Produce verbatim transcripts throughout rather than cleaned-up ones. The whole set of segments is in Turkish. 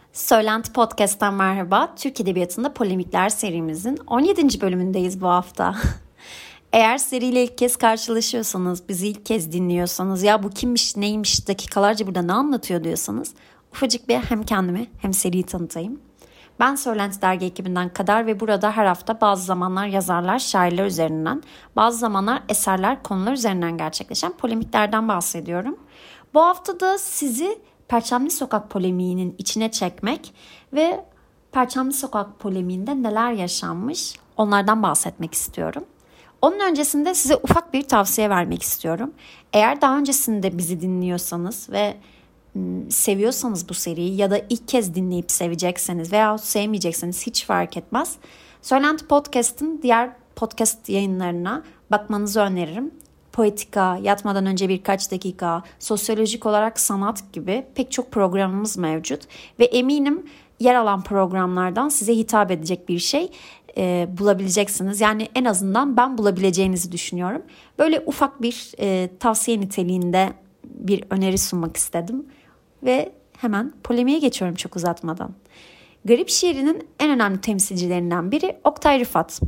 Söylenti Podcast'tan merhaba. Türk Edebiyatı'nda Polemikler serimizin on yedinci bölümündeyiz bu hafta. Eğer seriyle ilk kez karşılaşıyorsanız, bizi ilk kez dinliyorsanız, ya bu kimmiş, neymiş, dakikalarca burada ne anlatıyor diyorsanız ufacık bir hem kendimi hem seriyi tanıtayım. Ben Söylenti Dergi ekibinden Kader ve burada her hafta bazı zamanlar yazarlar, şairler üzerinden, bazı zamanlar eserler, konular üzerinden gerçekleşen polemiklerden bahsediyorum. Bu hafta da sizi Perçemli Sokak polemiğinin içine çekmek ve Perçemli Sokak polemiğinde neler yaşanmış onlardan bahsetmek istiyorum. Onun öncesinde size ufak bir tavsiye vermek istiyorum. Eğer daha öncesinde bizi dinliyorsanız ve seviyorsanız bu seriyi ya da ilk kez dinleyip sevecekseniz veya sevmeyecekseniz hiç fark etmez. Söylenti Podcast'ın diğer podcast yayınlarına bakmanızı öneririm. Poetika, yatmadan önce birkaç dakika, sosyolojik olarak sanat gibi pek çok programımız mevcut. Ve eminim yer alan programlardan size hitap edecek bir şey e, bulabileceksiniz. Yani en azından ben bulabileceğinizi düşünüyorum. Böyle ufak bir e, tavsiye niteliğinde bir öneri sunmak istedim. Ve hemen polemiğe geçiyorum çok uzatmadan. Garip şiirinin en önemli temsilcilerinden biri Oktay Rıfat.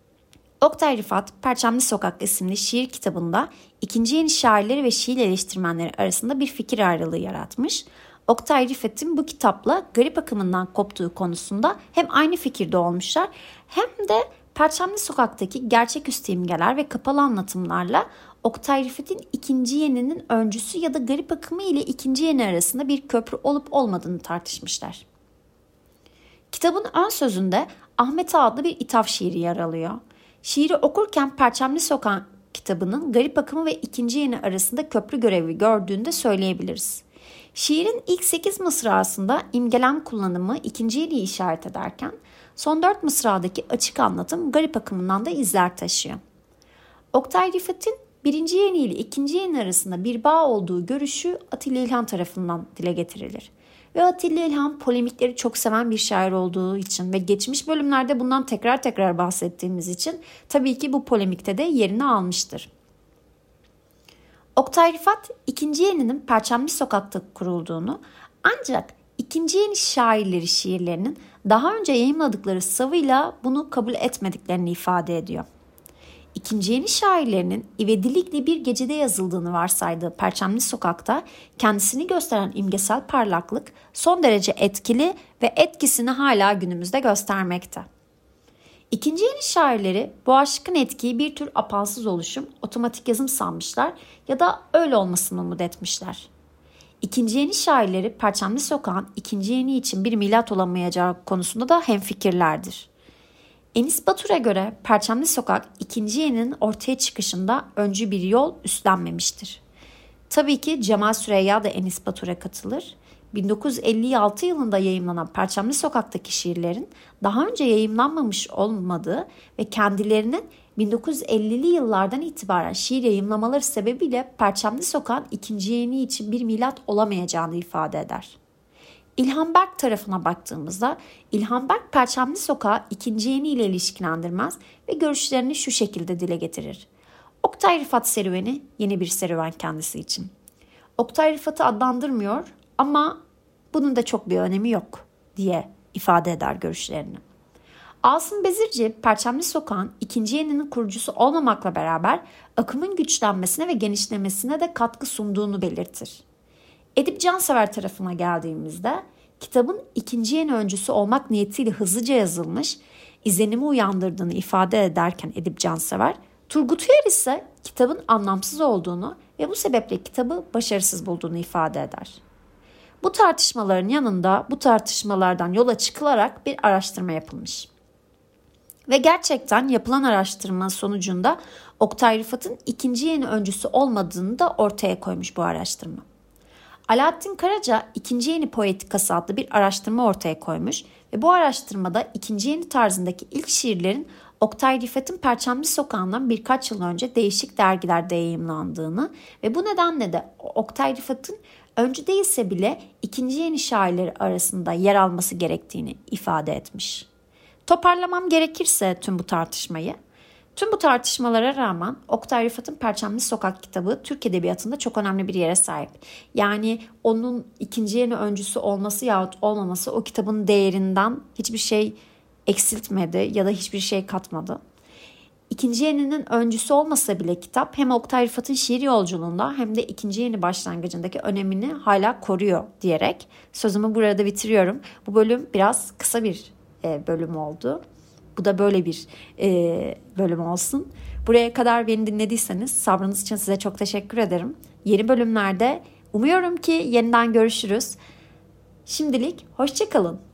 Oktay Rıfat, Perçemli Sokak isimli şiir kitabında ikinci yeni şairleri ve şiir eleştirmenleri arasında bir fikir ayrılığı yaratmış. Oktay Rıfat'ın bu kitapla garip akımından koptuğu konusunda hem aynı fikirde olmuşlar hem de Perçemli Sokak'taki gerçeküstü imgeler ve kapalı anlatımlarla Oktay Rıfat'ın ikinci yeninin öncüsü ya da garip akımı ile ikinci yeni arasında bir köprü olup olmadığını tartışmışlar. Kitabın ön sözünde Ahmet adlı bir ithaf şiiri yer alıyor. Şiiri okurken Perçemli Sokak kitabının garip akımı ve ikinci yeni arasında köprü görevi gördüğünü de söyleyebiliriz. Şiirin ilk sekiz mısrasında imgelem kullanımı ikinci yeniyi işaret ederken son dört mısradaki açık anlatım garip akımından da izler taşıyor. Oktay Rıfat'ın birinci yeni ile ikinci yeni arasında bir bağ olduğu görüşü Atilla İlhan tarafından dile getirilir. Ve Atilla İlhan polemikleri çok seven bir şair olduğu için ve geçmiş bölümlerde bundan tekrar tekrar bahsettiğimiz için tabii ki bu polemikte de yerini almıştır. Oktay Rıfat ikinci yeninin Perçemli Sokak'ta kurulduğunu ancak ikinci yeni şairleri şiirlerinin daha önce yayımladıkları savıyla bunu kabul etmediklerini ifade ediyor. İkinci yeni şairlerinin ivedilikle bir gecede yazıldığını varsaydığı Perçemli Sokak'ta kendisini gösteren imgesel parlaklık son derece etkili ve etkisini hala günümüzde göstermekte. İkinci yeni şairleri bu aşkın etkiyi bir tür apansız oluşum, otomatik yazım sanmışlar ya da öyle olmasını umut etmişler. İkinci yeni şairleri Perçemli Sokak'ın ikinci yeni için bir milat olamayacağı konusunda da hemfikirlerdir. Enis Batur'a göre Perçemli Sokak ikinci yeninin ortaya çıkışında öncü bir yol üstlenmemiştir. Tabii ki Cemal Süreyya da Enis Batur'a katılır. bin dokuz yüz elli altı yılında yayımlanan Perçemli Sokak'taki şiirlerin daha önce yayımlanmamış olmadığı ve kendilerinin bin dokuz yüz ellili yıllardan itibaren şiir yayımlamaları sebebiyle Perçemli Sokak'ın ikinci yeni için bir milat olamayacağını ifade eder. İlhan Berk tarafına baktığımızda İlhan Berk Perçemli Sokak'ı ikinci yeni ile ilişkilendirmez ve görüşlerini şu şekilde dile getirir. Oktay Rıfat serüveni yeni bir serüven kendisi için. Oktay Rıfat'ı adlandırmıyor ama bunun da çok bir önemi yok diye ifade eder görüşlerini. Asım Bezirci, Perçemli Sokak'ın ikinci yeninin kurucusu olmamakla beraber akımın güçlenmesine ve genişlemesine de katkı sunduğunu belirtir. Edip Cansever tarafına geldiğimizde kitabın ikinci yeni öncüsü olmak niyetiyle hızlıca yazılmış, izlenimi uyandırdığını ifade ederken Edip Cansever, Turgut Uyar ise kitabın anlamsız olduğunu ve bu sebeple kitabı başarısız bulduğunu ifade eder. Bu tartışmaların yanında bu tartışmalardan yola çıkılarak bir araştırma yapılmış. Ve gerçekten yapılan araştırma sonucunda Oktay Rıfat'ın ikinci yeni öncüsü olmadığını da ortaya koymuş bu araştırma. Alaaddin Karaca ikinci yeni poetikası adlı bir araştırma ortaya koymuş ve bu araştırmada ikinci yeni tarzındaki ilk şiirlerin Oktay Rıfat'ın Perçemli Sokağı'ndan birkaç yıl önce değişik dergilerde yayımlandığını ve bu nedenle de Oktay Rıfat'ın öncü değilse bile ikinci yeni şairleri arasında yer alması gerektiğini ifade etmiş. Toparlamam gerekirse tüm bu tartışmayı, Tüm bu tartışmalara rağmen Oktay Rıfat'ın Perçemli Sokak kitabı Türk Edebiyatı'nda çok önemli bir yere sahip. Yani onun ikinci yeni öncüsü olması yahut olmaması o kitabın değerinden hiçbir şey eksiltmedi ya da hiçbir şey katmadı. İkinci yeninin öncüsü olmasa bile kitap hem Oktay Rıfat'ın şiir yolculuğunda hem de ikinci yeni başlangıcındaki önemini hala koruyor diyerek sözümü burada bitiriyorum. Bu bölüm biraz kısa bir bölüm oldu. Bu da böyle bir e, bölüm olsun. Buraya kadar beni dinlediyseniz sabrınız için size çok teşekkür ederim. Yeni bölümlerde umuyorum ki yeniden görüşürüz. Şimdilik hoşça kalın.